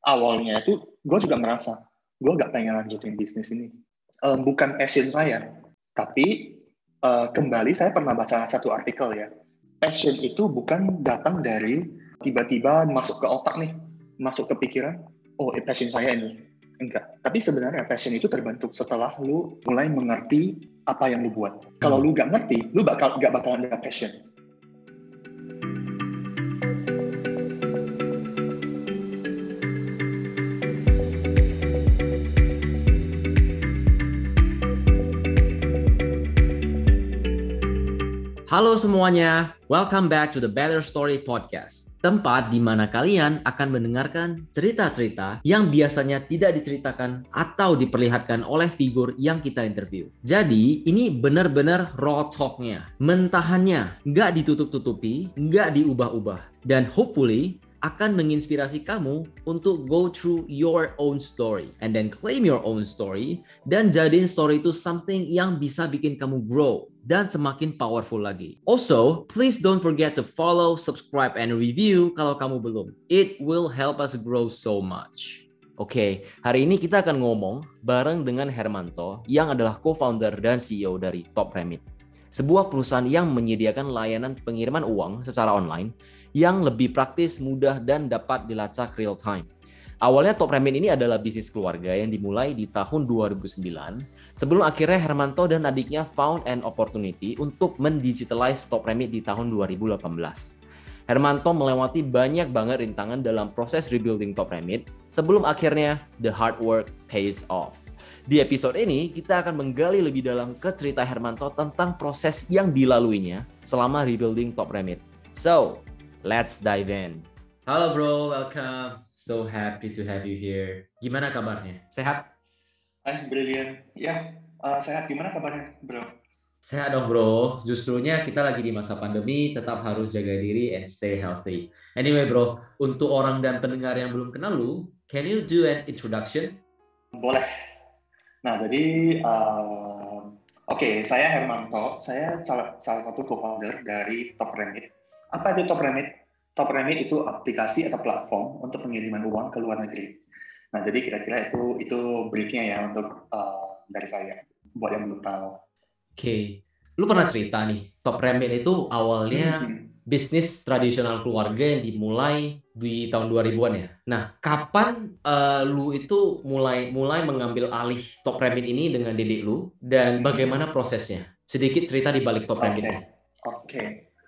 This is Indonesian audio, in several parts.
awalnya itu gue juga merasa gue gak pengen lanjutin bisnis ini. Bukan passion saya, tapi kembali saya pernah baca satu artikel ya. Passion itu bukan datang dari tiba-tiba masuk ke otak nih, masuk ke pikiran, oh passion saya ini. Enggak. Tapi sebenarnya passion itu terbentuk setelah lu mulai mengerti apa yang lu buat. Kalau lu gak ngerti, lu gak bakalan ada passion. Halo semuanya, welcome back to the Better Story Podcast. Tempat di mana kalian akan mendengarkan cerita-cerita yang biasanya tidak diceritakan atau diperlihatkan oleh figur yang kita interview. Jadi, ini benar-benar raw talk-nya, mentahannya, nggak ditutup-tutupi, nggak diubah-ubah. Dan hopefully, akan menginspirasi kamu untuk go through your own story and then claim your own story dan jadiin story itu something yang bisa bikin kamu grow dan semakin powerful lagi. Also, please don't forget to follow, subscribe, and review kalau kamu belum. It will help us grow so much. Oke, hari ini kita akan ngomong bareng dengan Hermanto yang adalah co-founder dan CEO dari Top Remit. Sebuah perusahaan yang menyediakan layanan pengiriman uang secara online yang lebih praktis, mudah, dan dapat dilacak real time. Awalnya Top Remit ini adalah bisnis keluarga yang dimulai di tahun 2009 sebelum akhirnya Hermanto dan adiknya found an opportunity untuk mendigitalize Top Remit di tahun 2018. Hermanto melewati banyak banget rintangan dalam proses rebuilding Top Remit sebelum akhirnya the hard work pays off. Di episode ini kita akan menggali lebih dalam ke cerita Hermanto tentang proses yang dilaluinya selama rebuilding Top Remit. So, let's dive in. Halo bro, welcome. So happy to have you here. Gimana kabarnya? Sehat? Brilliant. Ya, sehat. Gimana kabarnya, bro? Sehat dong bro. Justrunya kita lagi di masa pandemi, tetap harus jaga diri and stay healthy. Anyway bro, untuk orang dan pendengar yang belum kenal lu, can you do an introduction? Boleh. Nah, jadi Oke, saya Hermanto. Saya salah satu co-founder dari Top Remit. Apa itu Top Remit? Top Remit itu aplikasi atau platform untuk pengiriman uang ke luar negeri. Nah, jadi kira-kira itu briefnya ya untuk dari saya, buat yang belum tahu. Oke, lu pernah cerita nih, Top Remit itu awalnya bisnis tradisional keluarga yang dimulai di tahun 2000-an ya. Nah, kapan lu itu mulai mengambil alih Top Remit ini dengan dedek lu dan bagaimana prosesnya? Sedikit cerita di balik Top Remit ini. Oke.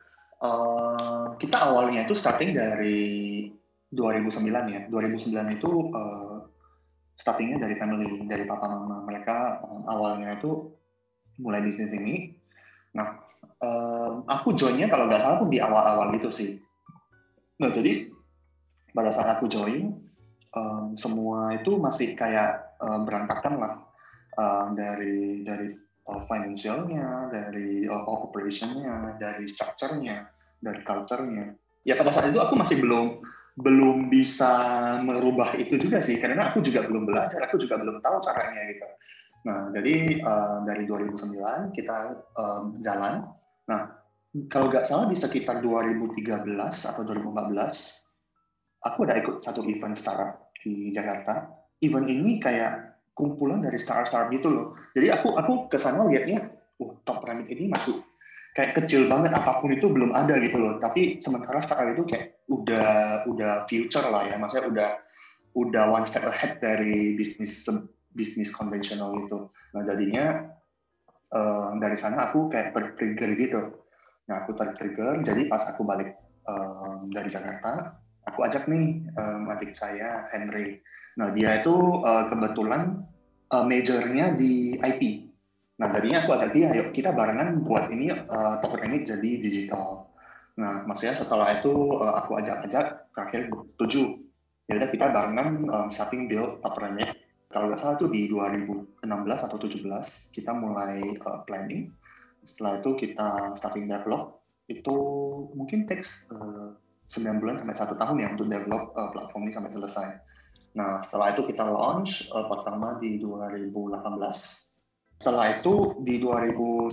Kita awalnya itu starting dari 2009 ya. 2009 itu startingnya dari family, dari papa mama. Mereka awalnya itu mulai bisnis ini. Nah, aku joinnya kalau nggak salah pun di awal-awal itu sih. Nah, jadi pada saat aku join, semua itu masih kayak berantakan lah, dari financialnya, dari operationnya, dari structure-nya, dari culture-nya. Ya pada saat itu aku masih belum bisa merubah itu juga sih, karena aku juga belum belajar, aku juga belum tahu caranya gitu. Nah, jadi dari 2009 kita jalan. Nah, kalau nggak salah di sekitar 2013 atau 2014, aku udah ikut satu event startup di Jakarta. Event ini kayak kumpulan dari startup gitu loh. Jadi aku ke sana lihatnya, Top Remit ini masih kayak kecil banget, apapun itu belum ada gitu loh. Tapi sementara startup itu kayak udah future lah ya, maksudnya udah one step ahead dari bisnis konvensional itu. Nah, jadinya dari sana aku kayak ter-trigger gitu. Nah, aku ter-trigger, jadi pas aku balik dari Jakarta, aku ajak nih adik saya, Henry. Nah, dia itu kebetulan majornya di IT. Nah, jadinya aku ajak dia, yuk kita barengan buat ini Top Remit jadi digital. Nah, maksudnya setelah itu aku ajak, terakhir setuju. Ya udah kita barengan starting build Top Remit. Kalau nggak salah itu di 2016 atau 17 kita mulai planning. Setelah itu kita starting develop. Itu mungkin takes 9 bulan sampai 1 tahun ya untuk develop platform ini sampai selesai. Nah, setelah itu kita launch pertama di 2018. Setelah itu di 2019,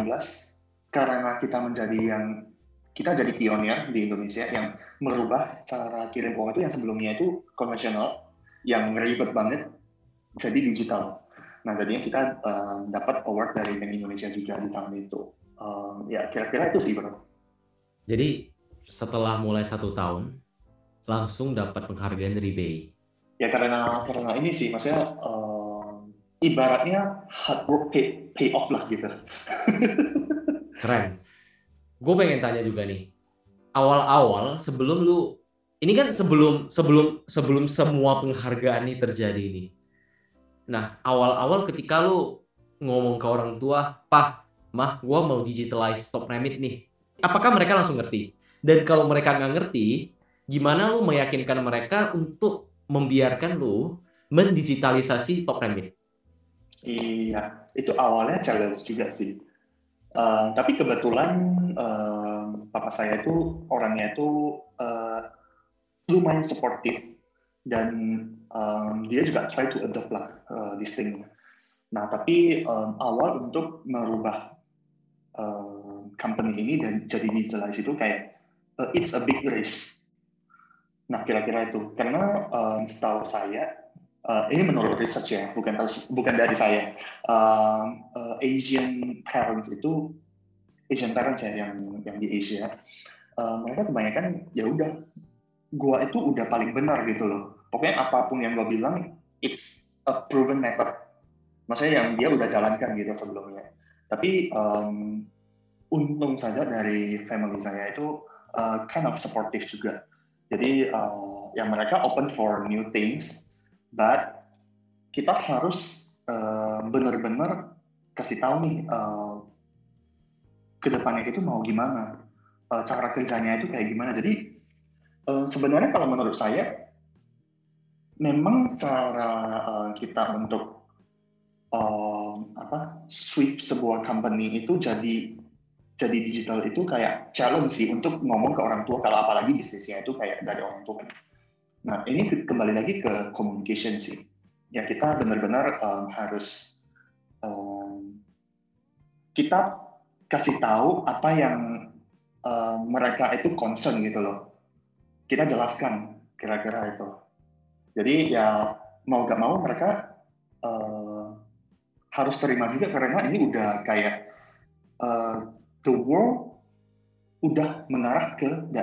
karena kita jadi pionir di Indonesia yang merubah cara kirim uang itu yang sebelumnya itu konvensional, yang ribet banget jadi digital. Nah, jadinya kita dapat award dari Bank Indonesia juga di tahun itu. Ya, kira-kira itu sih, bro. Jadi setelah mulai 1 tahun, langsung dapat penghargaan dari BI. Ya, karena ini sih, maksudnya ibaratnya hard work pay off lah gitu. Keren. Gue pengen tanya juga nih, awal-awal sebelum lu, ini kan sebelum semua penghargaan ini terjadi nih. Nah, awal-awal ketika lu ngomong ke orang tua, Pak, Mah, gue mau digitalize Top Remit nih. Apakah mereka langsung ngerti? Dan kalau mereka nggak ngerti, gimana lu meyakinkan mereka untuk membiarkan lu mendigitalisasi Top Remit? Iya, itu awalnya challenge juga sih. Tapi kebetulan papa saya itu orangnya itu lumayan supportive dan dia juga try to adopt lah this thing. Nah, tapi awal untuk merubah company ini dan jadi digitalize itu kayak it's a big race. Nah, kira-kira itu. Karena setahu saya, ini menurut research ya, bukan dari saya. Asian parents ya yang di Asia, mereka kebanyakan ya udah, gua itu udah paling benar gitu loh. Pokoknya apapun yang gua bilang, it's a proven method. Maksudnya yang dia udah jalankan gitu sebelumnya. Tapi untung saja dari family saya itu kind of supportive juga. Jadi yang mereka open for new things, but kita harus benar-benar kasih tahu nih ke depannya itu mau gimana, cara kerjanya itu kayak gimana. Jadi sebenarnya kalau menurut saya memang cara kita untuk sweep sebuah company itu jadi digital itu kayak challenge sih untuk ngomong ke orang tua, kalau apalagi bisnisnya itu kayak dari orang tua. Nah, ini kembali lagi ke communication sih. Ya, kita benar-benar harus kita kasih tahu apa yang mereka itu concern gitu loh. Kita jelaskan kira-kira itu. Jadi ya mau gak mau mereka harus terima juga, karena ini udah kayak the world udah mengarah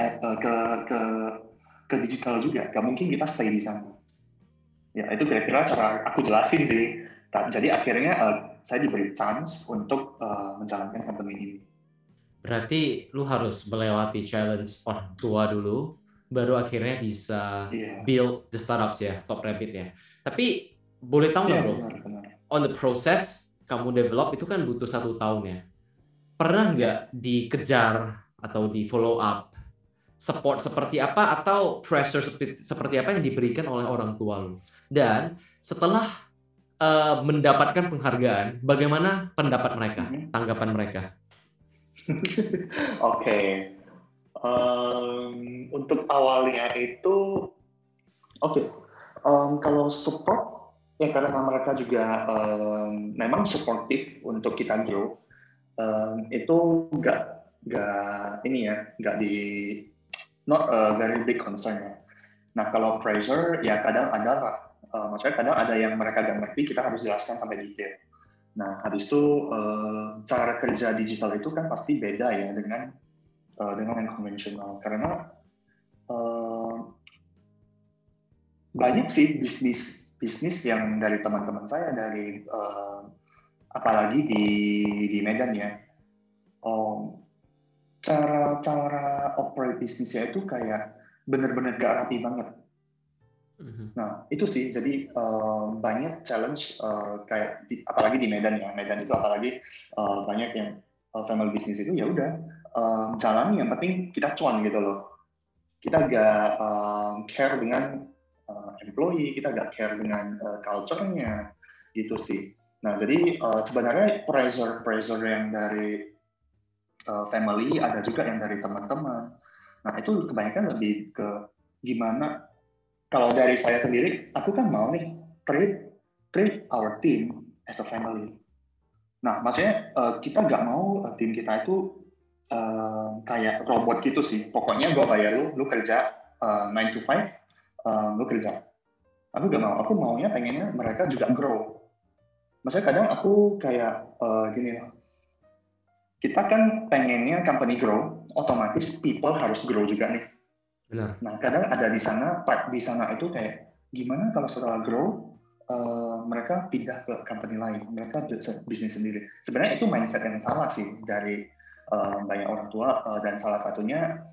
ke digital juga. Gak mungkin kita stay di sana. Ya, itu kira-kira cara aku jelasin sih. Jadi akhirnya saya diberi chance untuk menjalankan company ini. Berarti lu harus melewati challenge orang tua dulu, baru akhirnya bisa build the startups ya, Top Rabbit ya. Tapi boleh tahu nggak bro, benar. On the process kamu develop itu kan butuh 1 tahun ya. Pernah nggak dikejar atau di follow up? Support seperti apa atau pressure seperti apa yang diberikan oleh orang tua lu? Dan setelah mendapatkan penghargaan, bagaimana pendapat mereka, tanggapan mereka? Oke. Untuk awalnya itu, kalau support, ya karena mereka juga memang supportive untuk kita grow, itu nggak not a very big concern ya. Nah, kalau pressure ya kadang ada lah. Maksudnya kadang ada yang mereka nggak ngerti, kita harus jelaskan sampai detail. Nah, habis itu cara kerja digital itu kan pasti beda ya dengan yang konvensional, karena banyak sih bisnis yang dari teman-teman saya, dari apalagi di Medan ya, cara operate bisnisnya itu kayak benar-benar gak rapi banget. Nah, itu sih, jadi banyak challenge kayak apalagi di Medan ya. Medan itu apalagi banyak yang family business itu ya udah jalani, yang penting kita cuan gitu loh. Kita gak care dengan employee, kita gak care dengan culture-nya gitu sih. Nah, jadi sebenarnya pressure yang dari family, ada juga yang dari teman-teman. Nah, itu kebanyakan lebih ke gimana. Kalau dari saya sendiri, aku kan mau nih treat our team as a family. Nah, maksudnya kita nggak mau tim kita itu kayak robot gitu sih. Pokoknya gue bayar lu kerja 9 to 5, lu kerja. Aku gak mau. Aku maunya pengennya mereka juga grow. Maksudnya kadang aku kayak gini loh. Kita kan pengennya company grow, otomatis people harus grow juga nih. Benar. Nah, kadang ada di sana, part di sana itu kayak, gimana kalau setelah grow, mereka pindah ke company lain, mereka bisnis sendiri. Sebenarnya itu mindset yang salah sih dari banyak orang tua, dan salah satunya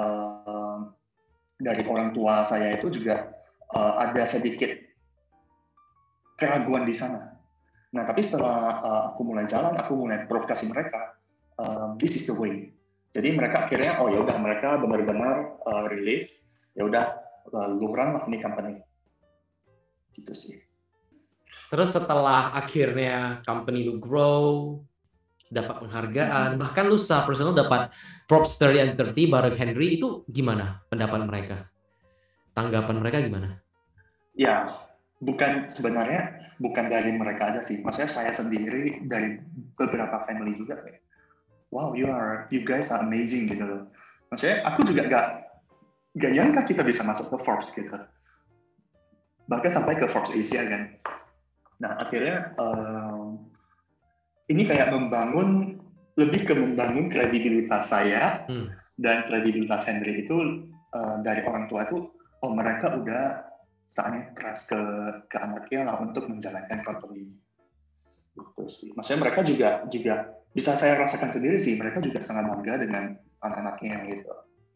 dari orang tua saya itu juga ada sedikit keraguan di sana. Nah, tapi setelah aku mulai jalan, aku mulai provokasi mereka, this is the way. Jadi mereka akhirnya, oh ya udah, mereka benar-benar relief, ya udah, lu run lah ini company. Gitu sih. Terus setelah akhirnya company lu grow, dapat penghargaan, bahkan lu secara personal dapat Forbes 30 Under 30 bareng Henry, itu gimana pendapat mereka? Tanggapan mereka gimana? Ya, sebenarnya bukan dari mereka aja sih. Maksudnya saya sendiri dari beberapa family juga kayak, wow, you guys are amazing gitu loh. Maksudnya aku juga gak nyangka kita bisa masuk ke Forbes gitu. Bahkan sampai ke Forbes Asia kan. Nah, akhirnya ini kayak lebih ke membangun kredibilitas saya dan kredibilitas Henry itu dari orang tua tuh, oh mereka udah saatnya keras ke anaknya lah untuk menjalankan company ini. Gitu sih. Maksudnya mereka juga bisa saya rasakan sendiri sih, mereka juga sangat bangga dengan anak-anaknya gitu.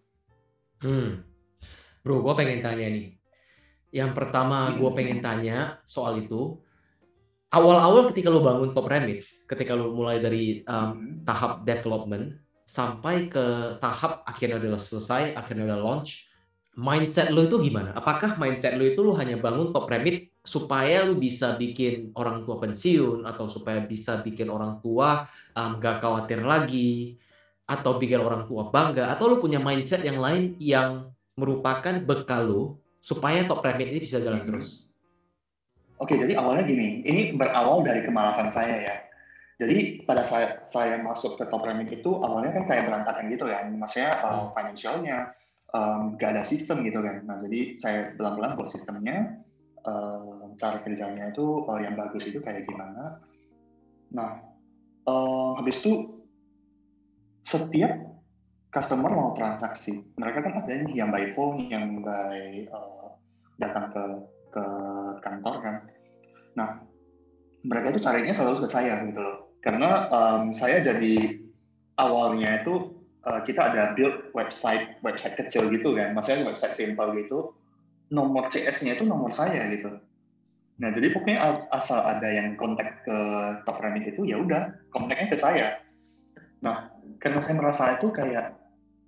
Bro, gue pengen tanya nih. Yang pertama gue pengen tanya soal itu, awal-awal ketika lo bangun Top Remit, ketika lo mulai dari tahap development sampai ke tahap akhirnya udah selesai, akhirnya udah launch, mindset lo itu gimana? Apakah mindset lo itu lo hanya bangun Top Remit supaya lo bisa bikin orang tua pensiun, atau supaya bisa bikin orang tua gak khawatir lagi, atau bikin orang tua bangga, atau lo punya mindset yang lain yang merupakan bekal lo supaya Top Remit ini bisa jalan terus? Oke, jadi awalnya gini, ini berawal dari kemalasan saya ya. Jadi pada saat saya masuk ke Top Remit itu awalnya kan kayak berantakan gitu ya, maksudnya financialnya nggak ada sistem gitu kan. Nah jadi saya pelan-pelan buat sistemnya, cara kerjanya itu yang bagus itu kayak gimana. Nah habis itu setiap customer mau transaksi, mereka kan ada yang by phone, yang by datang ke kantor kan. Nah mereka itu carinya selalu ke saya gitu loh, karena saya jadi awalnya itu kita ada build website kecil gitu kan, maksudnya website simple gitu, nomor CS-nya itu nomor saya gitu. Nah jadi pokoknya asal ada yang kontak ke Top Remit itu ya udah kontaknya ke saya. Nah karena saya merasa itu kayak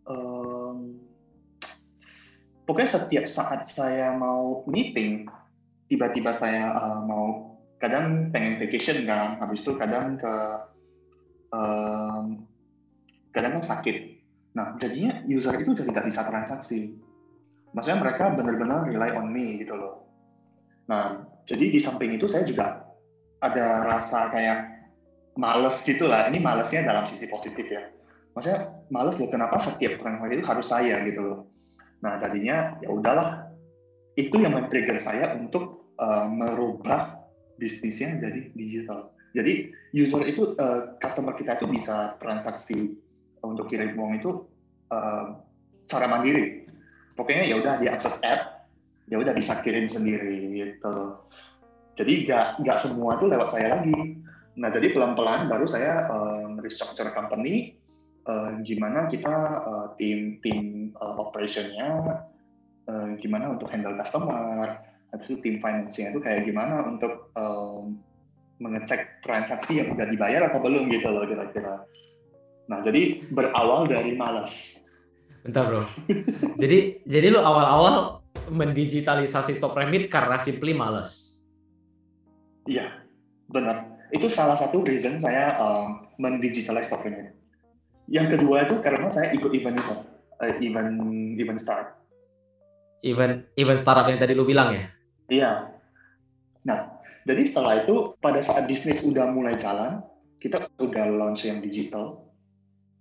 pokoknya setiap saat saya mau meeting, tiba-tiba saya mau kadang pengen vacation kan, habis itu kadang kadang kan sakit. Nah, jadinya user itu jadi nggak bisa transaksi. Maksudnya mereka benar-benar rely on me gitu loh. Nah, jadi di samping itu saya juga ada rasa kayak males gitu lah. Ini malesnya dalam sisi positif ya. Maksudnya males loh, kenapa setiap transaksi itu harus saya gitu loh. Nah, jadinya ya udahlah. Itu yang men-trigger saya untuk merubah bisnisnya jadi digital. Jadi user itu, customer kita itu bisa transaksi untuk kirim uang itu secara mandiri. Pokoknya ya udah dia akses app, ya udah bisa kirim sendiri gitu. Jadi nggak semua tuh lewat saya lagi. Nah jadi pelan-pelan baru saya restructure company, gimana kita tim operationnya, gimana untuk handle customer, habis itu tim finance-nya itu kayak gimana untuk mengecek transaksi yang udah dibayar atau belum gitu loh kira-kira. Nah jadi berawal dari malas. Bentar bro. Jadi lu awal-awal mendigitalisasi Top Remit karena simply males. Iya, benar. Itu salah satu reason saya mendigitalize Top Remit. Yang kedua itu karena saya ikut event itu, event start. Event startup yang tadi lu bilang ya? Iya. Nah, jadi setelah itu pada saat bisnis udah mulai jalan, kita udah launch yang digital,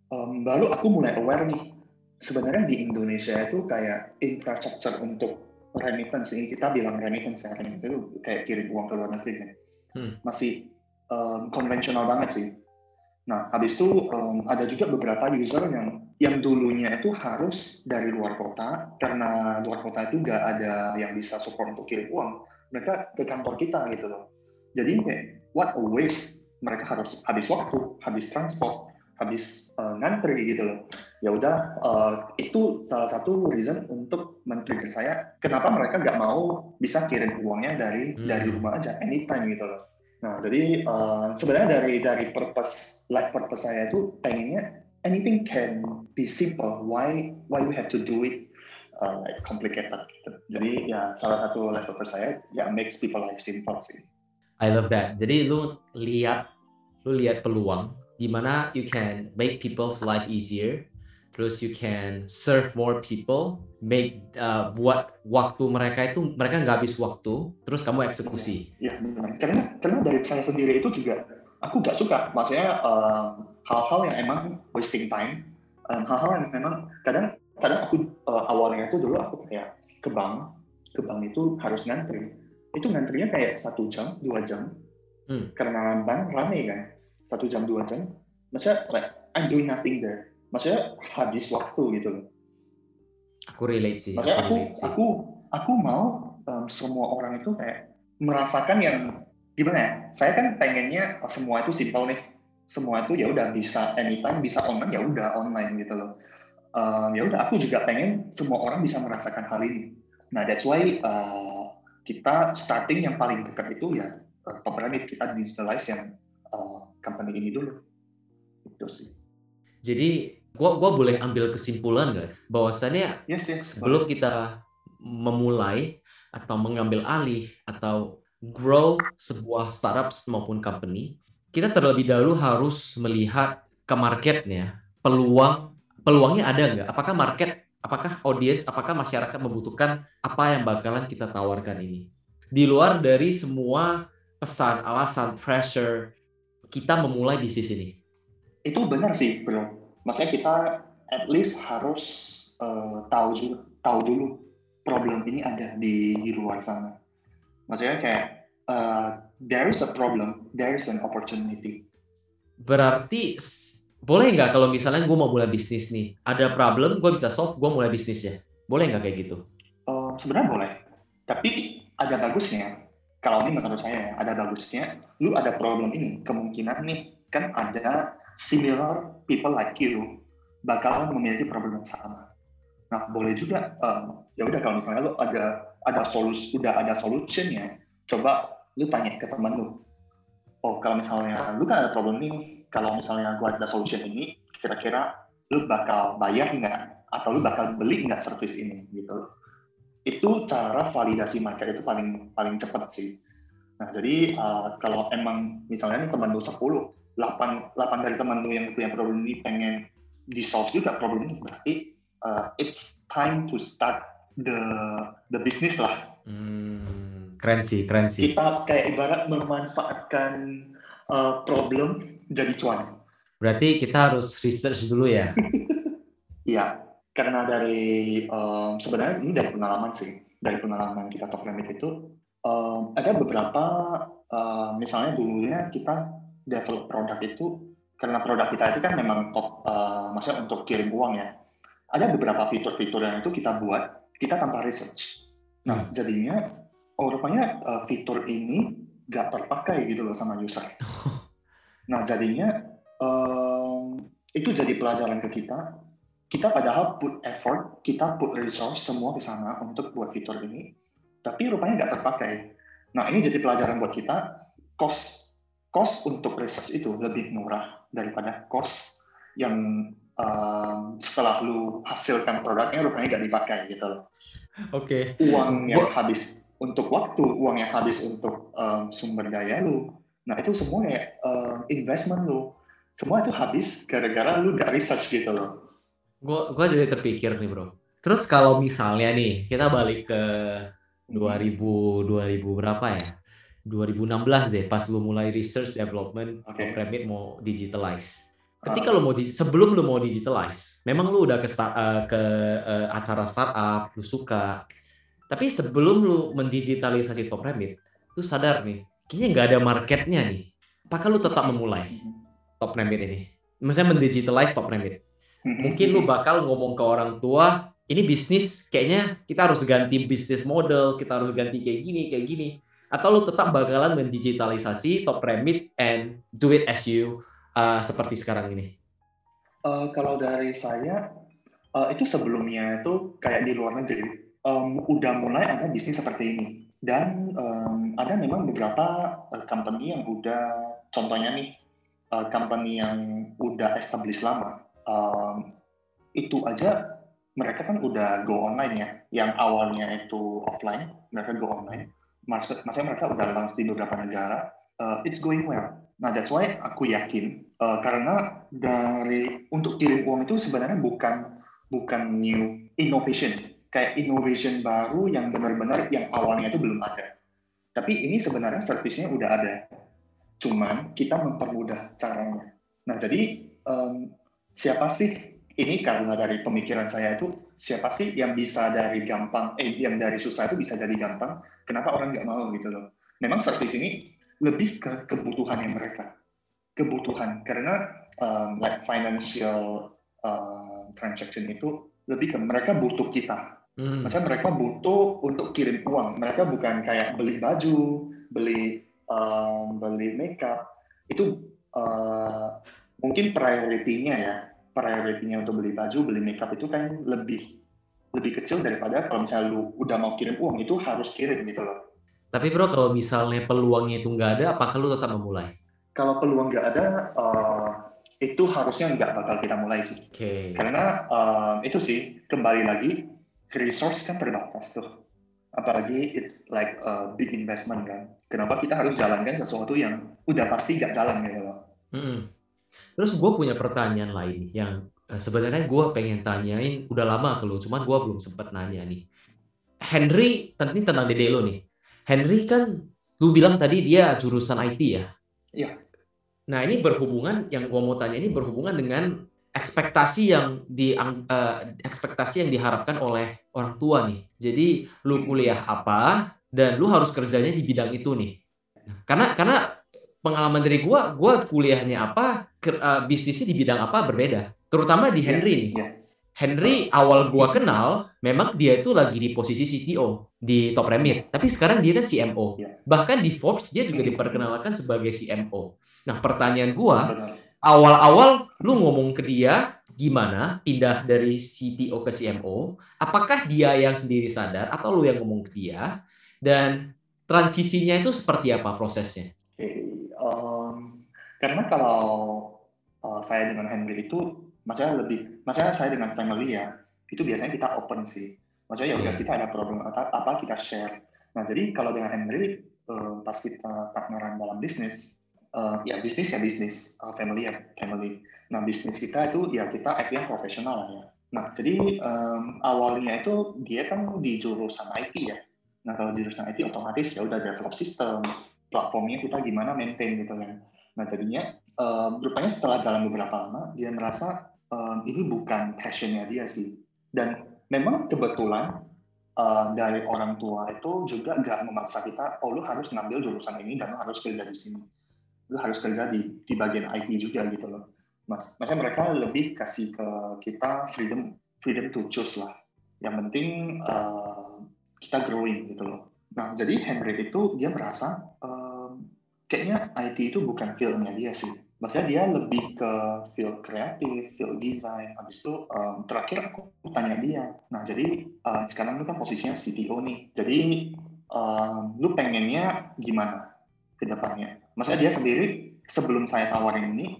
baru aku mulai aware nih, sebenarnya di Indonesia itu kayak infrastruktur untuk remittance, ini kita bilang remittance ya, remittance itu kayak kirim uang ke luar negeri kan. Masih konvensional banget sih. Nah, habis itu ada juga beberapa user yang dulunya itu harus dari luar kota, karena luar kota itu nggak ada yang bisa support untuk kirim uang. Mereka ke kantor kita gitu loh. Jadi kayak, what a waste. Mereka harus habis waktu, habis transport, habis ngantri gitu loh. Ya udah, itu salah satu reason untuk men-trigger saya, kenapa mereka nggak mau bisa kirim uangnya dari rumah aja, anytime gitu loh. Nah, jadi sebenarnya dari life purpose saya itu pengennya anything can be simple. Why we have to do it like complicated gitu. Jadi ya salah satu life purpose saya ya makes people life simple sih. I love that. Jadi lu lihat peluang di mana you can make people's life easier, terus you can serve more people, buat waktu mereka nggak habis waktu, terus kamu eksekusi. Ya benar. Karena dari saya sendiri itu juga aku nggak suka, maksudnya hal-hal yang emang wasting time, hal-hal yang memang kadang aku awalnya itu dulu aku kayak ke bank itu harus ngantri. Itu ngantrinya kayak 1 jam, 2 jam, karena bank rame kan, 1 jam, 2 jam, maksudnya like, I'm doing nothing there, maksudnya habis waktu gitu loh. Aku relate sih. Maksudnya aku mau semua orang itu kayak merasakan yang gimana ya, saya kan pengennya semua itu simple nih, semua itu ya udah bisa anytime, bisa online, ya udah online gitu loh. Ya udah, aku juga pengen semua orang bisa merasakan hal ini. Nah, that's why kita starting yang paling dekat itu ya Top Remit, kita digitalize yang company ini dulu. Itu sih. Jadi gua boleh ambil kesimpulan nggak bahwasannya yes, sebelum kita memulai atau mengambil alih atau grow sebuah startup maupun company, kita terlebih dahulu harus melihat ke marketnya, peluangnya ada nggak? Apakah audience, apakah masyarakat membutuhkan apa yang bakalan kita tawarkan ini? Di luar dari semua pesan, alasan, pressure, kita memulai bisnis ini. Itu benar sih, bro. Maksudnya kita at least harus tahu dulu problem ini ada di luar sana. Maksudnya kayak there is a problem, there is an opportunity. Berarti boleh nggak kalau misalnya gue mau mulai bisnis nih, ada problem, gue bisa solve, gue mulai bisnisnya. Boleh nggak kayak gitu? Sebenarnya boleh. Tapi ada bagusnya. Kalau ini menurut saya ada bagusnya. Lu ada problem ini, kemungkinan nih kan ada similar people like you bakal memiliki problem yang sama. Nah, boleh juga ya udah kalau misalnya lu ada solutionnya, coba lu tanya ke teman lu. Oh, kalau misalnya lu kan ada problem ini, kalau misalnya gua ada solution ini, kira-kira lu bakal bayar nggak? Atau lu bakal beli nggak service ini gitu. Itu cara validasi market itu paling cepat sih. Nah, jadi kalau emang misalnya nih teman lu 10, 8 dari teman lu yang punya problem ini pengen di-solve juga problem ini, berarti it's time to start the business lah. Keren sih. Kita kayak ibarat memanfaatkan problem jadi cuan. Berarti kita harus research dulu ya? Iya, karena dari sebenarnya ini dari pengalaman sih. Dari pengalaman kita Top Remit itu ada beberapa misalnya dulunya kita develop produk itu, karena produk kita itu kan memang top, maksudnya untuk kirim uang ya. Ada beberapa fitur-fitur yang itu kita buat, kita tanpa research. Nah, jadinya rupanya fitur ini nggak terpakai gitu loh sama user. Nah, jadinya itu jadi pelajaran ke kita. Kita padahal put effort, kita put resource semua ke sana untuk buat fitur ini, tapi rupanya nggak terpakai. Nah, ini jadi pelajaran buat kita, cost untuk research itu lebih murah daripada cost yang setelah lu hasilkan produknya rupanya nggak dipakai gitu loh. Oke. Uang yang habis untuk waktu, uang yang habis untuk sumber daya lu, nah itu semua ya investment lu, semua itu habis gara-gara lu nggak research gitu loh. Gue jadi terpikir nih bro. Terus kalau misalnya nih kita balik ke 2000 berapa ya? 2016 deh, pas lu mulai research development, Top Remit mau digitalize. Ketika lu sebelum lu mau digitalize, memang lu udah ke acara startup, lu suka. Tapi sebelum lu mendigitalisasi Top Remit, lu sadar nih, kayaknya nggak ada marketnya nih. Apakah lu tetap memulai Top Remit ini? Maksudnya mendigitalize Top Remit. Mungkin lu bakal ngomong ke orang tua, ini bisnis kayaknya kita harus ganti bisnis model, kita harus ganti kayak gini, kayak gini. Atau lu tetap bakalan mendigitalisasi Top Remit and do it as you seperti sekarang ini. Kalau dari saya, itu sebelumnya itu kayak di luar negeri, udah mulai ada bisnis seperti ini. Dan ada memang beberapa company yang udah, contohnya nih, company yang udah established lama, itu aja mereka kan udah go online ya. Yang awalnya itu offline, mereka go online. Maksudnya mereka udah launch di beberapa negara, it's going well. Nah, that's why aku yakin, karena untuk kirim uang itu sebenarnya bukan new innovation, kayak innovation baru yang benar-benar yang awalnya itu belum ada. Tapi ini sebenarnya service-nya udah ada, cuman kita mempermudah caranya. Nah, jadi siapa sih, ini karena dari pemikiran saya itu, siapa sih yang bisa dari gampang, yang dari susah itu bisa jadi gampang, kenapa orang nggak mau gitu loh. Memang service ini lebih ke kebutuhannya mereka. Kebutuhan, karena like financial transaction itu lebih ke mereka butuh kita. Maksudnya mereka butuh untuk kirim uang. Mereka bukan kayak beli baju, beli makeup. Itu mungkin priority-nya untuk beli baju, beli makeup itu kan lebih kecil daripada kalau misalnya lu udah mau kirim uang itu harus kirim gitu loh. Tapi bro, kalau misalnya peluangnya itu nggak ada, apakah lu tetap memulai? Kalau peluang nggak ada, itu harusnya nggak bakal kita mulai sih. Oke. Karena itu sih, kembali lagi, resource kan terbatas tuh. Apalagi it's like a big investment kan. Kenapa kita harus jalankan sesuatu yang udah pasti nggak jalan gitu loh. Terus gue punya pertanyaan lain yang sebenarnya gue pengen tanyain udah lama ke lu, cuman gue belum sempat nanya nih. Henry, ini tentang dede lo nih. Henry kan, lu bilang tadi dia jurusan IT ya? Iya. Nah ini berhubungan, yang gue mau tanya ini berhubungan dengan ekspektasi yang diharapkan oleh orang tua nih. Jadi lu kuliah apa dan lu harus kerjanya di bidang itu nih. Karena pengalaman dari gue kuliahnya apa, bisnisnya di bidang apa berbeda. Terutama di Henry nih. Henry awal gua kenal, memang dia itu lagi di posisi CTO di Top Remit. Tapi sekarang dia kan CMO. Bahkan di Forbes dia juga diperkenalkan sebagai CMO. Nah, pertanyaan gua, awal-awal lu ngomong ke dia gimana pindah dari CTO ke CMO? Apakah dia yang sendiri sadar atau lu yang ngomong ke dia? Dan transisinya itu seperti apa prosesnya? Karena kalau saya dengan Henry itu, maksudnya saya dengan family ya, itu biasanya kita open sih. Maksudnya ya udah kita ada problem apa kita share. Nah jadi kalau dengan Henry, pas kita partneran dalam bisnis, ya bisnis, family ya family. Nah bisnis kita itu ya kita act yang profesional lah ya. Nah jadi awalnya itu dia kan di jurusan IT ya. Nah kalau di jurusan IT otomatis ya udah develop sistem, platformnya kita gimana maintain gitu kan. Nah jadinya rupanya setelah jalan beberapa lama dia merasa ini bukan passionnya dia sih. Dan memang kebetulan dari orang tua itu juga nggak memaksa kita, oh lu harus ngambil jurusan ini dan lu harus kerja di sini. Lu harus kerja di bagian IT juga gitu loh. Maksudnya mereka lebih kasih ke kita freedom to choose lah. Yang penting kita growing gitu loh. Nah jadi Henry itu dia merasa kayaknya IT itu bukan field-nya dia sih. Maksudnya dia lebih ke field kreatif, field design. Habis itu terakhir aku tanya dia. Nah jadi sekarang lu kan posisinya CTO nih. Jadi lu pengennya gimana ke depannya? Maksudnya dia sendiri sebelum saya tawarin ini,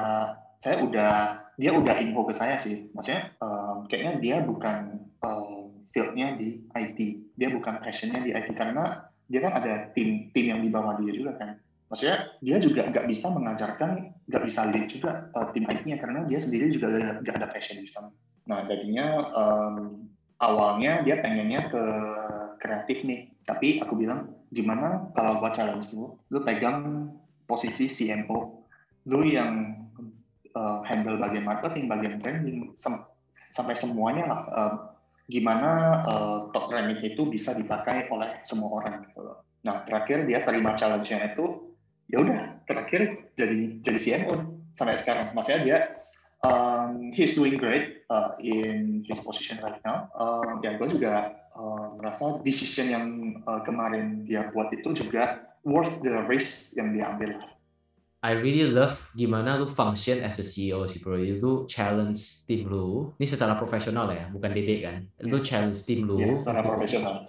dia udah info ke saya sih. Maksudnya kayaknya dia bukan field-nya di IT. Dia bukan passion-nya di IT karena dia kan ada tim yang di bawah dia juga kan. Maksudnya dia juga nggak bisa nggak bisa lead juga tim IT-nya karena dia sendiri juga nggak ada passion di sana. Nah jadinya awalnya dia pengennya ke kreatif nih, tapi aku bilang gimana kalau buat challenge lu pegang posisi CMO, lu yang handle bagian marketing, bagian branding, sampai semuanya lah. gimana top remit itu bisa dipakai oleh semua orang gitu loh. Nah terakhir dia terima challenge-nya itu, ya udah terakhir jadi CMO sampai sekarang. Maksudnya dia he's doing great in his position right now. Ya gue juga merasa decision yang kemarin dia buat itu juga worth the risk yang dia ambil. I really love gimana lu function as a CEO sih bro. Lu challenge tim lu. Ini secara profesional ya, bukan dedek kan. Lu challenge tim Ya, lu secara profesional.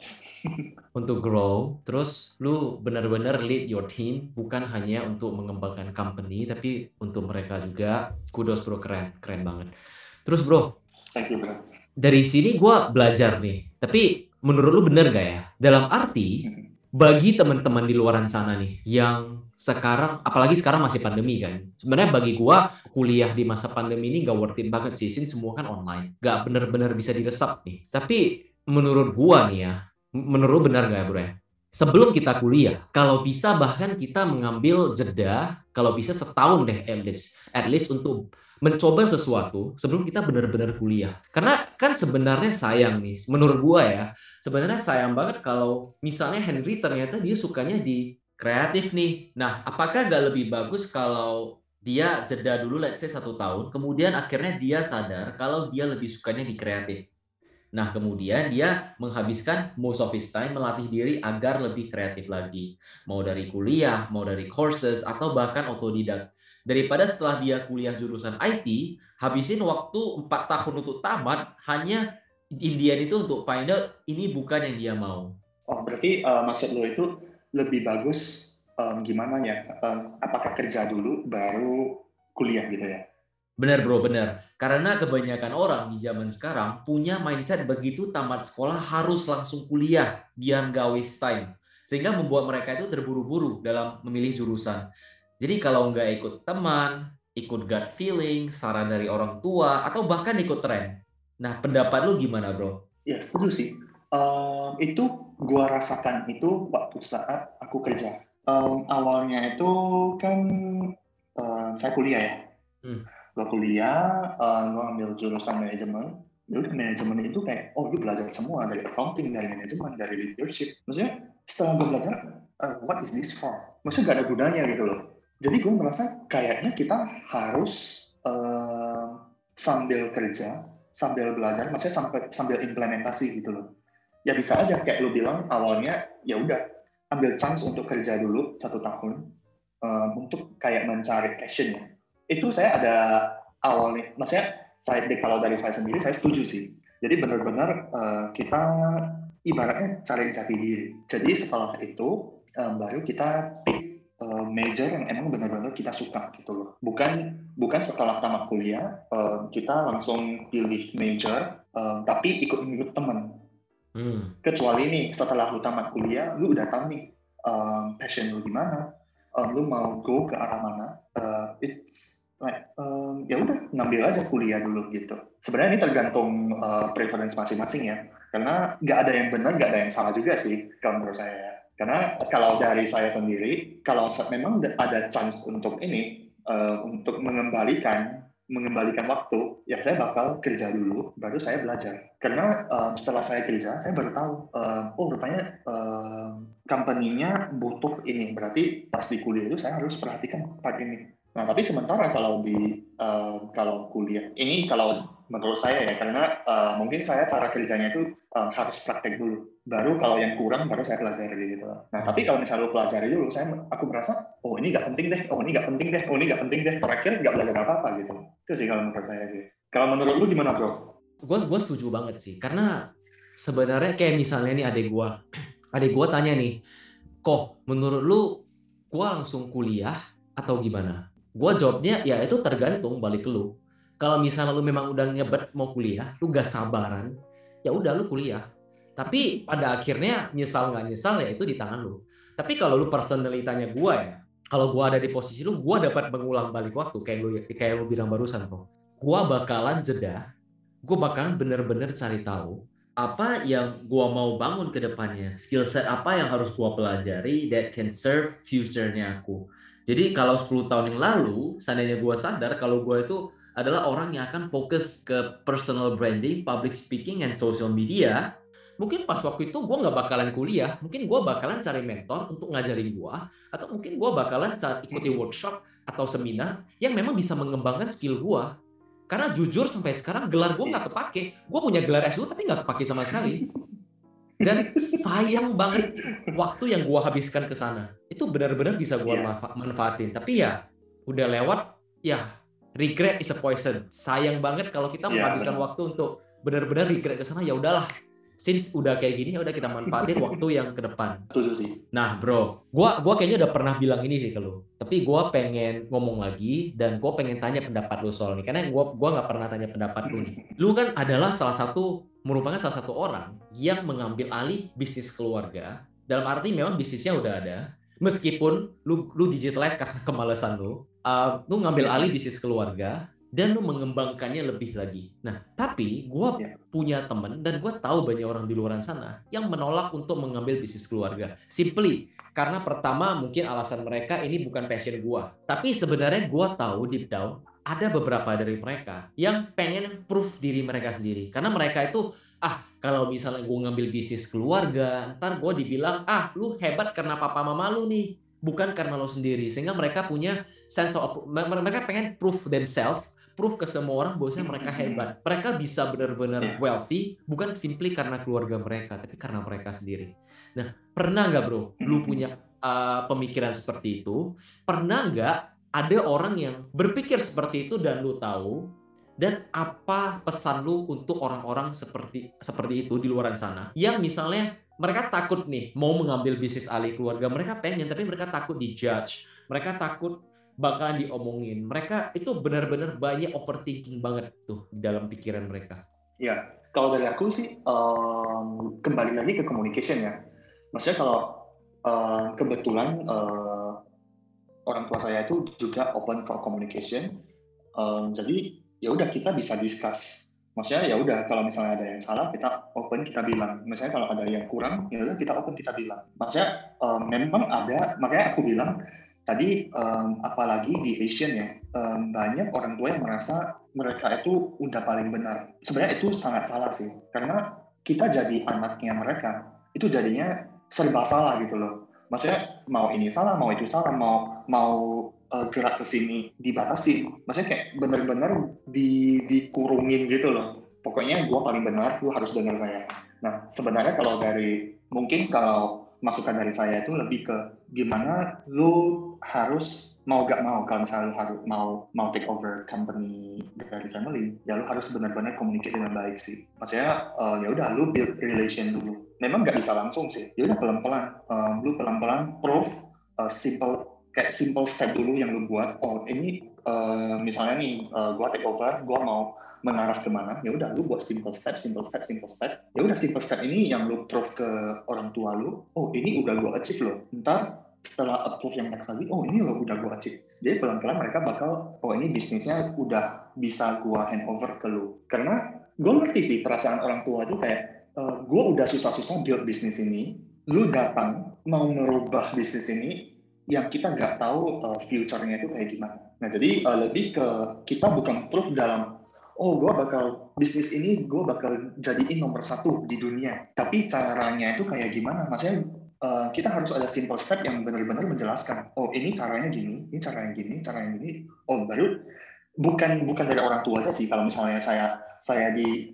untuk grow. Terus lu benar-benar lead your team, bukan hanya untuk mengembangkan company, tapi untuk mereka juga. Kudos bro, keren, keren banget. Terus bro, Thank you bro. dari sini gue belajar nih. Tapi menurut lu bener gak ya? Dalam arti, bagi teman-teman di luaran sana nih, yang sekarang, apalagi sekarang masih pandemi kan. Sebenarnya bagi gue, kuliah di masa pandemi ini gak worth it banget sih. Since semua kan online. Gak bener-bener bisa diresap nih. Tapi menurut gue nih ya, menurut lu benar gak ya bro ya? Sebelum kita kuliah, kalau bisa bahkan kita mengambil jeda, kalau bisa setahun deh at least untuk mencoba sesuatu sebelum kita benar-benar kuliah. Karena kan sebenarnya sayang nih, menurut gua ya, sebenarnya sayang banget kalau misalnya Henry ternyata dia sukanya di kreatif nih. Nah, apakah gak lebih bagus kalau dia jeda dulu, let's say 1 tahun, kemudian akhirnya dia sadar kalau dia lebih sukanya di kreatif. Nah, kemudian dia menghabiskan most of his time melatih diri agar lebih kreatif lagi. Mau dari kuliah, mau dari courses, atau bahkan otodidak. Daripada setelah dia kuliah jurusan IT, habisin waktu 4 tahun untuk tamat, hanya Indian itu untuk find out ini bukan yang dia mau. Oh, berarti maksud lo itu lebih bagus gimana ya? Apakah kerja dulu baru kuliah gitu ya? Benar bro, benar. Karena kebanyakan orang di zaman sekarang punya mindset begitu tamat sekolah harus langsung kuliah biar nggak waste time. Sehingga membuat mereka itu terburu-buru dalam memilih jurusan. Jadi kalau nggak ikut teman, ikut gut feeling, saran dari orang tua, atau bahkan ikut tren. Nah, pendapat lu gimana bro? Ya, setuju sih. Itu gua rasakan itu waktu saat aku kerja. Awalnya itu kan saya kuliah ya. Hmm. Gua kuliah, gua ambil jurusan manajemen. Jadi manajemen itu kayak, oh lu belajar semua dari accounting, dari manajemen, dari leadership. Maksudnya setelah gue belajar, what is this for? Maksudnya gak ada gunanya gitu loh. Jadi gue merasa kayaknya kita harus sambil kerja, sambil belajar, maksudnya sambil implementasi gitu loh. Ya bisa aja kayak lu bilang awalnya, ya udah ambil chance untuk kerja dulu 1 tahun untuk kayak mencari passion ya. Itu saya ada awalnya, maksudnya kalau dari saya sendiri saya setuju sih. Jadi benar-benar kita ibaratnya cari jati diri. Jadi setelah itu baru kita pick major yang emang benar-benar kita suka gitu loh. Bukan setelah tamat kuliah kita langsung pilih major tapi ikut teman. Kecuali nih setelah lu tamat kuliah lu udah tahu nih passion lu di mana, lu mau go ke arah mana, it's like ya udah ngambil aja kuliah dulu gitu. Sebenarnya ini tergantung preference masing-masing ya, karena nggak ada yang benar, nggak ada yang salah juga sih kalau menurut saya. Karena kalau dari saya sendiri, kalau memang ada chance untuk ini, untuk mengembalikan waktu, ya saya bakal kerja dulu, baru saya belajar. Karena setelah saya kerja, saya baru tahu, oh rupanya company-nya butuh ini, berarti pas di kuliah itu saya harus perhatikan part ini. Nah, tapi sementara kalau kuliah, ini kalau menurut saya ya, karena mungkin saya cara kerjanya itu harus praktek dulu. Baru kalau yang kurang, baru saya pelajari gitu. Nah, tapi kalau misalnya lu pelajari dulu, aku merasa, oh ini nggak penting deh, oh ini nggak penting deh, oh ini nggak penting deh. Terakhir nggak belajar apa-apa gitu. Itu sih kalau menurut saya sih. Kalau menurut lu gimana bro? Gue setuju banget sih. Karena sebenarnya kayak misalnya nih adik gue tanya nih, kok menurut lu gue langsung kuliah atau gimana? Gue jawabnya ya itu tergantung balik ke lu. Kalau misalnya lu memang udah nyebet mau kuliah, lu gak sabaran, ya udah lu kuliah. Tapi pada akhirnya nyesal nggak nyesal ya itu di tangan lu. Tapi kalau lu personally tanya gue ya, kalau gue ada di posisi lu, gue dapat mengulang balik waktu kayak lu bilang barusan kok. Gue bakalan jeda, gue bakalan bener-bener cari tahu apa yang gue mau bangun ke depannya, skill set apa yang harus gue pelajari that can serve future-nya aku. Jadi kalau 10 tahun yang lalu, seandainya gue sadar kalau gue itu adalah orang yang akan fokus ke personal branding, public speaking, and social media. Mungkin pas waktu itu gue nggak bakalan kuliah, mungkin gue bakalan cari mentor untuk ngajarin gue, atau mungkin gue bakalan ikuti workshop atau seminar yang memang bisa mengembangkan skill gue. Karena jujur sampai sekarang gelar gue nggak kepake. Gue punya gelar S2 tapi nggak kepake sama sekali. Dan sayang banget waktu yang gue habiskan ke sana. Itu benar-benar bisa gue manfaatin. Tapi ya udah lewat, ya regret is a poison. Sayang banget kalau kita menghabiskan waktu untuk benar-benar regret ke sana. Ya udahlah, since udah kayak gini, ya udah kita manfaatin waktu yang ke depan. Setuju sih. Nah bro, gua kayaknya udah pernah bilang ini sih ke lu. Tapi gua pengen ngomong lagi dan gua pengen tanya pendapat lu soal ini. Karena gua nggak pernah tanya pendapat lu nih. Lu kan adalah merupakan salah satu orang yang mengambil alih bisnis keluarga. Dalam arti memang bisnisnya udah ada. Meskipun lu digitalize karena kemalasan lu ngambil alih bisnis keluarga dan lu mengembangkannya lebih lagi. Nah, tapi gue punya temen dan gue tahu banyak orang di luar sana yang menolak untuk mengambil bisnis keluarga. Simply karena pertama mungkin alasan mereka ini bukan passion gue. Tapi sebenarnya gue tahu deep down ada beberapa dari mereka yang pengen proof diri mereka sendiri. Karena mereka itu, kalau misalnya gue ngambil bisnis keluarga, ntar gue dibilang, lu hebat karena papa mama lu nih. Bukan karena lo sendiri. Sehingga mereka punya sense of, mereka pengen proof themselves, proof ke semua orang bahwasanya mereka hebat. Mereka bisa benar-benar wealthy, bukan simply karena keluarga mereka, tapi karena mereka sendiri. Nah, pernah nggak bro, lu punya pemikiran seperti itu? Pernah nggak ada orang yang berpikir seperti itu dan lu tahu? Dan apa pesan lu untuk orang-orang seperti itu di luar sana? Yang misalnya mereka takut nih mau mengambil bisnis alih keluarga, mereka pengen tapi mereka takut dijudge, mereka takut bakalan diomongin. Mereka itu benar-benar banyak overthinking banget tuh di dalam pikiran mereka. Ya, kalau dari aku sih kembali lagi ke communication ya. Maksudnya kalau kebetulan orang tua saya itu juga open for communication, jadi ya udah kita bisa discuss. Maksudnya ya udah kalau misalnya ada yang salah kita open kita bilang. Misalnya kalau ada yang kurang ya udah kita open kita bilang. Maksudnya memang ada, makanya aku bilang tadi apalagi di Asian ya, banyak orang tua yang merasa mereka itu udah paling benar. Sebenarnya itu sangat salah sih, karena kita jadi anaknya mereka, itu jadinya serba salah gitu loh. Maksudnya mau ini salah, mau itu salah, mau gerak ke sini dibatasi. Maksudnya kayak benar-benar dikurungin gitu loh. Pokoknya gue paling benar, lu harus dengar saya. Nah, sebenarnya kalau masukan dari saya itu lebih ke gimana lu harus mau gak mau, kalau misalnya lu harus mau take over company dari family, ya lu harus benar-benar communicate dengan baik sih. Maksudnya ya udah lu build relation dulu. Memang gak bisa langsung sih. Ya udah pelan-pelan, lu pelan-pelan proof simple step dulu yang lu buat. Oh ini misalnya nih gua take over, gua mau mengarah kemana, ya udah lu buat simple step. Ya udah simple step ini yang lu proof ke orang tua lu. Oh ini udah gua achieve loh. Ntar setelah approve yang next lagi, oh ini loh udah gua achieve. Jadi pelan-pelan mereka bakal, oh ini bisnisnya udah bisa gua hand over ke lu. Karena gua ngerti sih perasaan orang tua itu kayak, gua udah susah-susah build bisnis ini, lu datang mau merubah bisnis ini yang kita nggak tahu future-nya itu kayak gimana. Nah jadi lebih ke kita bukan proof dalam bisnis ini gue bakal jadiin nomor 1 di dunia. Tapi caranya itu kayak gimana? Maksudnya kita harus ada simple step yang benar-benar menjelaskan. Oh ini caranya gini, ini caranya gini. Oh baru bukan dari orang tua aja sih. Kalau misalnya saya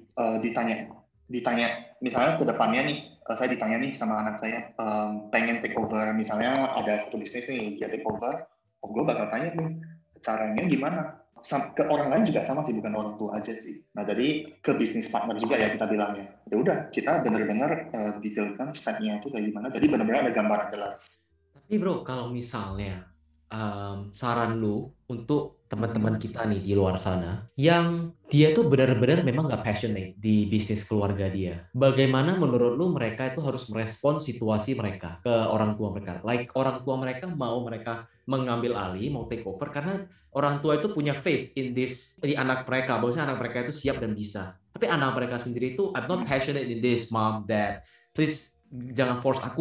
ditanya misalnya ke depannya nih, saya ditanya nih sama anak saya pengen take over, misalnya ada satu bisnis nih dia take over, gue bakal tanya nih caranya gimana. Ke orang lain juga sama sih, bukan orang tua aja sih. Nah jadi ke bisnis partner juga ya kita bilangnya. Ya udah kita benar-benar detailkan stepnya itu kayak gimana. Jadi benar-benar ada gambaran jelas. Tapi bro, kalau misalnya saran lu untuk teman-teman kita nih di luar sana yang dia tuh benar-benar memang nggak passionate di bisnis keluarga dia, bagaimana menurut lu mereka itu harus merespon situasi mereka ke orang tua mereka? Like orang tua mereka mau mereka mengambil alih, mau take over karena orang tua itu punya faith in this di anak mereka, bahwasanya anak mereka itu siap dan bisa. Tapi anak mereka sendiri itu I'm not passionate in this, mom, dad. Please jangan force aku lah.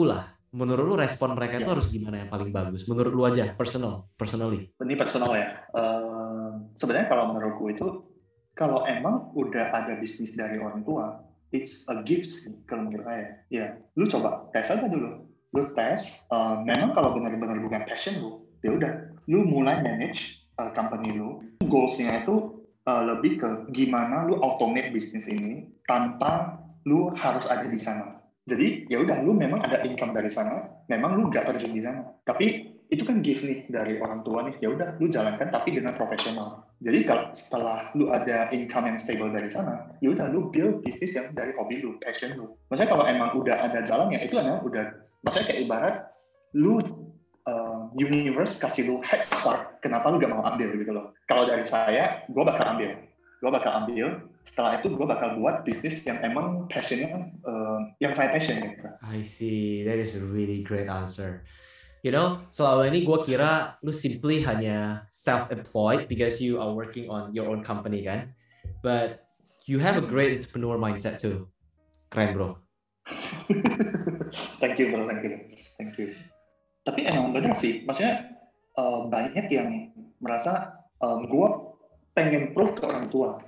menurut lu respon mereka itu Ya, harus gimana yang paling bagus? Menurut lu aja, personally. ini personal ya. Sebenarnya kalau menurutku itu, kalau emang udah ada bisnis dari orang tua, it's a gift sih kalau menurut saya. Ya, lu coba tes aja dulu. Lu tes, memang kalau benar-benar bukan passion lu, ya udah, lu mulai manage company lu. Goals-nya itu lebih ke gimana lu automate bisnis ini tanpa lu harus ada di sana. Jadi ya udah, lu memang ada income dari sana, memang lu nggak terjun di sana. Tapi itu kan gift nih dari orang tua nih, ya udah lu jalankan tapi dengan profesional. Jadi kalau setelah lu ada income yang stable dari sana, ya udah lu build bisnis yang dari hobi lu, passion lu. Maksudnya kalau emang udah ada jalannya, itu emang udah, maksudnya kayak ibarat lu universe kasih lu head start, kenapa lu gak mau ambil gitu loh. Kalau dari saya, gue bakal ambil. Setelah itu gue bakal buat bisnis yang emang passionnya, yang saya passion gitu. I see, that is a really great answer. You know, selama ini gue kira lu simply hanya self-employed because you are working on your own company kan. But you have a great entrepreneur mindset too. Keren bro. Thank you bro, thank you. Tapi emang bener sih, maksudnya banyak yang merasa gue pengen proof ke orang tua.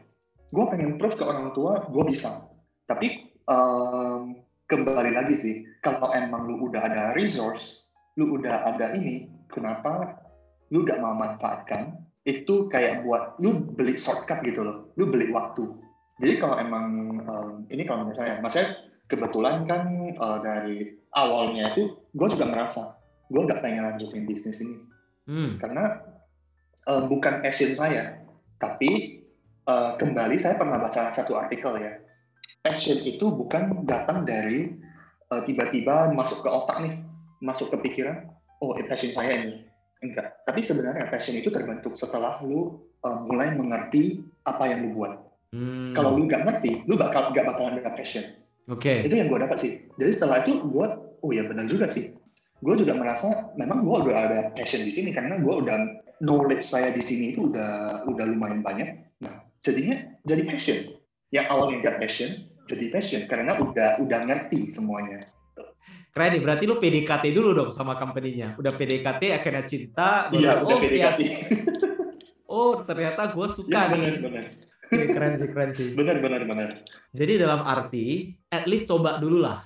Gue bisa. Tapi kembali lagi sih, kalau emang lu udah ada resource, lu udah ada ini, kenapa lu gak mau manfaatkan? Itu kayak buat lu beli shortcut gitu loh, lu beli waktu. Jadi kalau emang ini kalau menurut saya, maksudnya kebetulan kan dari awalnya itu gue juga merasa gue gak pengen lanjutin bisnis ini karena bukan passion saya. Tapi kembali saya pernah baca satu artikel ya, passion itu bukan datang dari tiba-tiba masuk ke otak nih, masuk ke pikiran, oh passion saya ini. Enggak. Tapi sebenarnya passion itu terbentuk setelah lu mulai mengerti apa yang lu buat. Kalau lu nggak ngerti, lu gak bakalan ada passion. Oke. Itu yang gue dapat sih. Jadi setelah itu gue, oh ya benar juga sih. Gue juga merasa memang gue udah ada passion di sini karena gue udah knowledge saya di sini itu udah lumayan banyak. Nah, jadinya jadi passion. Yang awalnya nggak passion, jadi passion karena udah ngerti semuanya. Keren nih, berarti lu PDKT dulu dong sama company-nya. Udah PDKT, akhirnya cinta. Iya, udah PDKT. Oh, ternyata gue suka nih. Benar. Oke, keren sih. Benar. Jadi dalam arti, at least coba dulu lah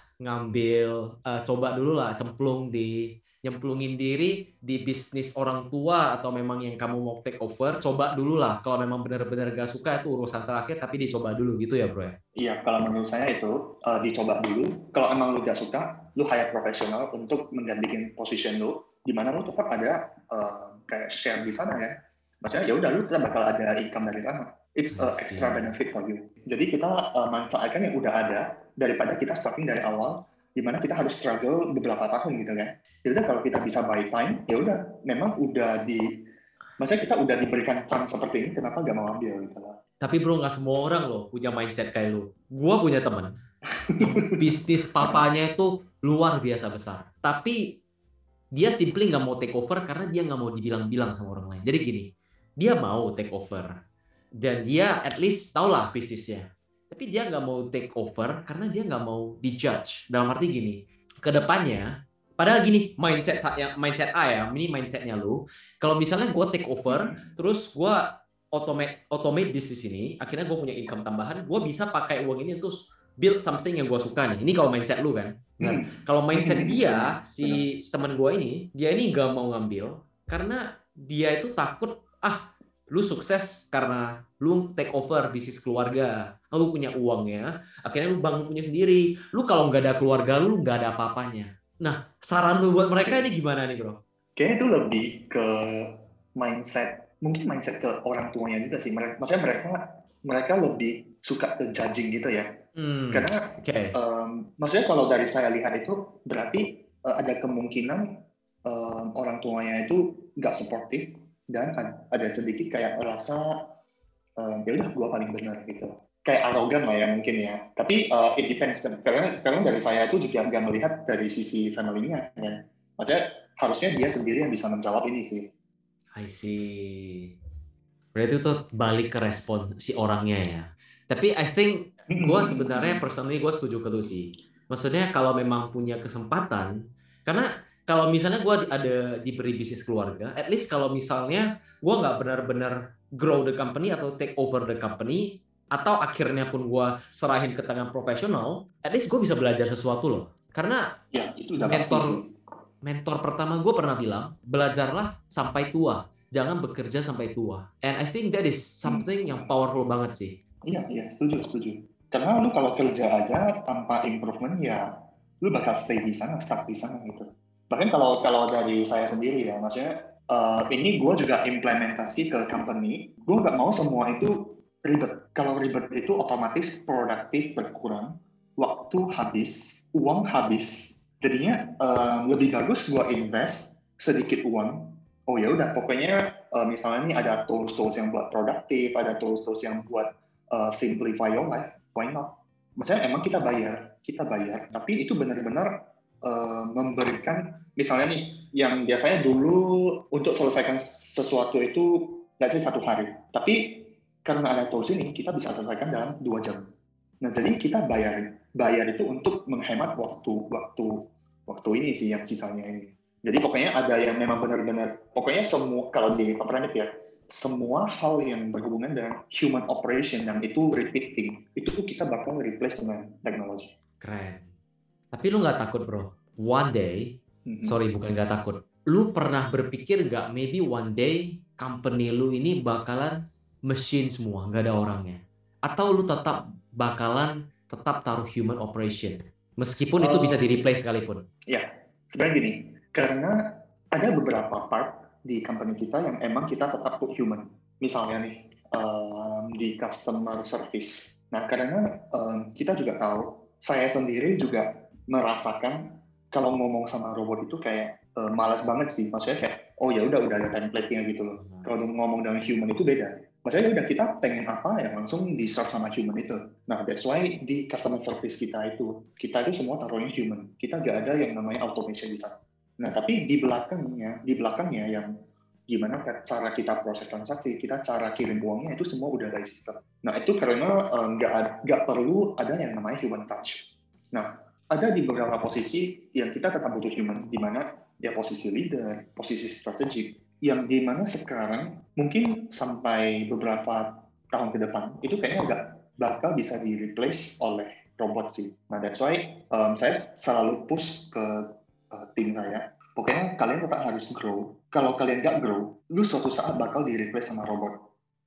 nyemplungin diri di bisnis orang tua atau memang yang kamu mau take over, coba dulu lah. Kalau memang benar-benar gak suka itu urusan terakhir, tapi dicoba dulu gitu ya bro ya? Iya, kalau menurut saya itu dicoba dulu. Kalau emang lu gak suka, lu hire profesional untuk menggantikan position lu, di mana lu tetap ada kayak share di sana ya. Maksudnya ya udah lu tetap bakal ada income dari sana. It's extra benefit for you. Jadi kita manfaatkan yang udah ada daripada kita starting dari awal, di mana kita harus struggle beberapa tahun gitu kan. Ya udah kalau kita bisa buy time, ya udah memang maksudnya kita udah diberikan chance seperti ini, kenapa gak mau ambil gitu lah. Tapi bro, nggak semua orang loh punya mindset kayak lu. Gua punya teman, bisnis papanya itu luar biasa besar. Tapi dia simply nggak mau take over karena dia nggak mau dibilang-bilang sama orang lain. Jadi gini, dia mau take over. Dan dia at least tau lah bisnisnya. Tapi dia nggak mau take over karena dia nggak mau dijudge. Dalam arti gini, ke depannya, padahal gini, mindset A ya, ini mindsetnya lu. Kalau misalnya gue take over, terus gue automate bisnis ini, akhirnya gue punya income tambahan, gue bisa pakai uang ini untuk build something yang gue suka nih. Ini kalau mindset lu kan. Nah, kalau mindset dia, si teman gue ini, dia ini nggak mau ngambil karena dia itu takut, lu sukses karena lu take over bisnis keluarga, lu punya uangnya, akhirnya lu bangun punya sendiri. Lu kalau nggak ada keluarga, lu nggak ada apa-apanya. Nah, saran lu buat mereka ini gimana nih bro? Kayaknya itu lebih ke mindset, mungkin mindset ke orang tuanya juga sih. Maksudnya mereka lebih suka ke judging gitu ya. Karena maksudnya kalau dari saya lihat itu berarti ada kemungkinan orang tuanya itu nggak supportive dan ada sedikit kayak rasa ya udah gue paling benar gitu, kayak arogan lah ya mungkin ya. Tapi it depends karena dari saya itu juga nggak melihat dari sisi family-nya ya. Maksudnya harusnya dia sendiri yang bisa menjawab ini sih. I see. Berarti itu balik ke respon si orangnya ya. Tapi I think gue sebenarnya personally gue setuju ke lu sih. Maksudnya kalau memang punya kesempatan Karena kalau misalnya gue ada diberi bisnis keluarga, at least kalau misalnya gue nggak benar-benar grow the company atau take over the company, atau akhirnya pun gue serahin ke tangan profesional, at least gue bisa belajar sesuatu loh. Karena Ya, itu udah pasti sih. mentor pertama gue pernah bilang, belajarlah sampai tua, jangan bekerja sampai tua. And I think that is something yang powerful banget sih. Iya, setuju. Karena lu kalau kerja aja tanpa improvement ya, lu bakal stay di sana, stuck di sana gitu. Bahkan kalau dari saya sendiri ya, maksudnya ini gue juga implementasi ke company, gue nggak mau semua itu ribet. Kalau ribet itu otomatis produktif berkurang, waktu habis, uang habis. Jadinya lebih bagus gue invest sedikit uang. Oh ya udah, pokoknya misalnya nih ada tools-tools yang buat produktif, ada tools-tools yang buat simplify your life, why not? Maksudnya emang kita bayar, tapi itu benar-benar memberikan, misalnya nih, yang biasanya dulu untuk selesaikan sesuatu itu nggak sih 1 hari, tapi karena ada tools ini, kita bisa selesaikan dalam 2 jam. Nah, jadi kita bayar itu untuk menghemat waktu ini sih yang sisanya ini. Jadi pokoknya ada yang memang benar-benar, pokoknya semua, kalau di Papernet ya, semua hal yang berhubungan dengan human operation yang itu repeating, itu kita bakal replace dengan teknologi. Keren. Tapi lu nggak takut bro, one day, sorry bukan nggak takut, lu pernah berpikir nggak maybe one day company lu ini bakalan machine semua, nggak ada orangnya? Atau lu bakalan tetap taruh human operation, meskipun itu bisa di-replace sekalipun? Ya, sebenarnya gini, karena ada beberapa part di company kita yang emang kita tetap put human. Misalnya nih, di customer service. Nah, karena kita juga tahu, saya sendiri juga merasakan kalau ngomong sama robot itu kayak malas banget sih. Maksudnya kayak, oh ya udah ada template-nya gitu loh. Kalau ngomong dengan human itu beda. Maksudnya udah kita pengen apa ya langsung di-serve sama human itu. Nah, that's why di customer service kita itu semua taruhnya human. Kita nggak ada yang namanya automation di sana. Nah, tapi di belakangnya yang gimana cara kita proses transaksi, kita cara kirim uangnya itu semua udah by sistem. Nah, itu karena nggak perlu ada yang namanya human touch. Nah, ada di beberapa posisi yang kita tetap butuh human, di mana ya posisi leader, posisi strategik, yang di mana sekarang mungkin sampai beberapa tahun ke depan itu kayaknya nggak bakal bisa di-replace oleh robot sih. Nah, that's why saya selalu push ke tim saya. Pokoknya kalian tetap harus grow. Kalau kalian nggak grow, lu suatu saat bakal di-replace sama robot.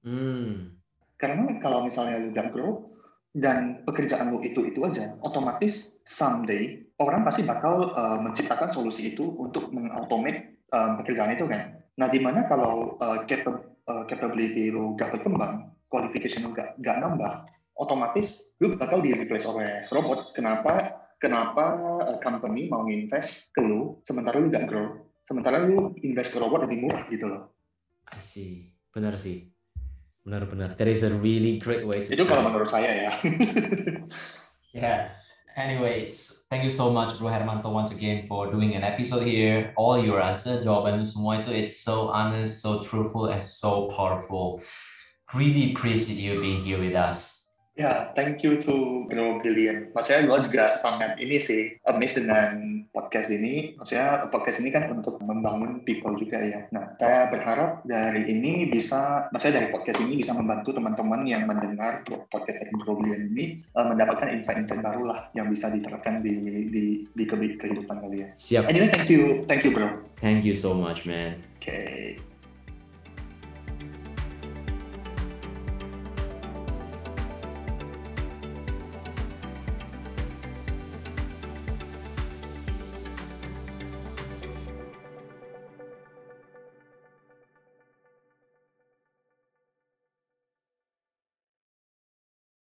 Karena kalau misalnya lu nggak grow, dan pekerjaan lu itu aja, otomatis someday orang pasti bakal menciptakan solusi itu untuk mengautomate pekerjaan itu kan. Nah, di mana kalau capability lu gak berkembang, qualification lu gak nambah, otomatis lu bakal di-replace oleh robot. Kenapa company mau invest ke lu, sementara lu gak grow, sementara lu invest ke robot lebih murah gitu loh. I see, benar sih. Benar. That is a really great way to. Itu kalau menurut saya ya. Yes. Anyways, thank you so much, Bro Hermanto, once again for doing an episode here. All your answer, jawaban semua itu, it's so honest, so truthful, and so powerful. Really appreciate you being here with us. Ya, thank you to Bro Brilliant. Maksudnya gue juga sangat ini sih, amazed dengan podcast ini. Maksudnya podcast ini kan untuk membangun people juga ya. Nah, saya berharap dari ini maksudnya dari podcast ini bisa membantu teman-teman yang mendengar podcast dari Bro Brilliant ini mendapatkan insight-insight baru lah yang bisa diterapkan di kehidupan kalian. Siap. Anyway, thank you Bro. Thank you so much, man. Okay.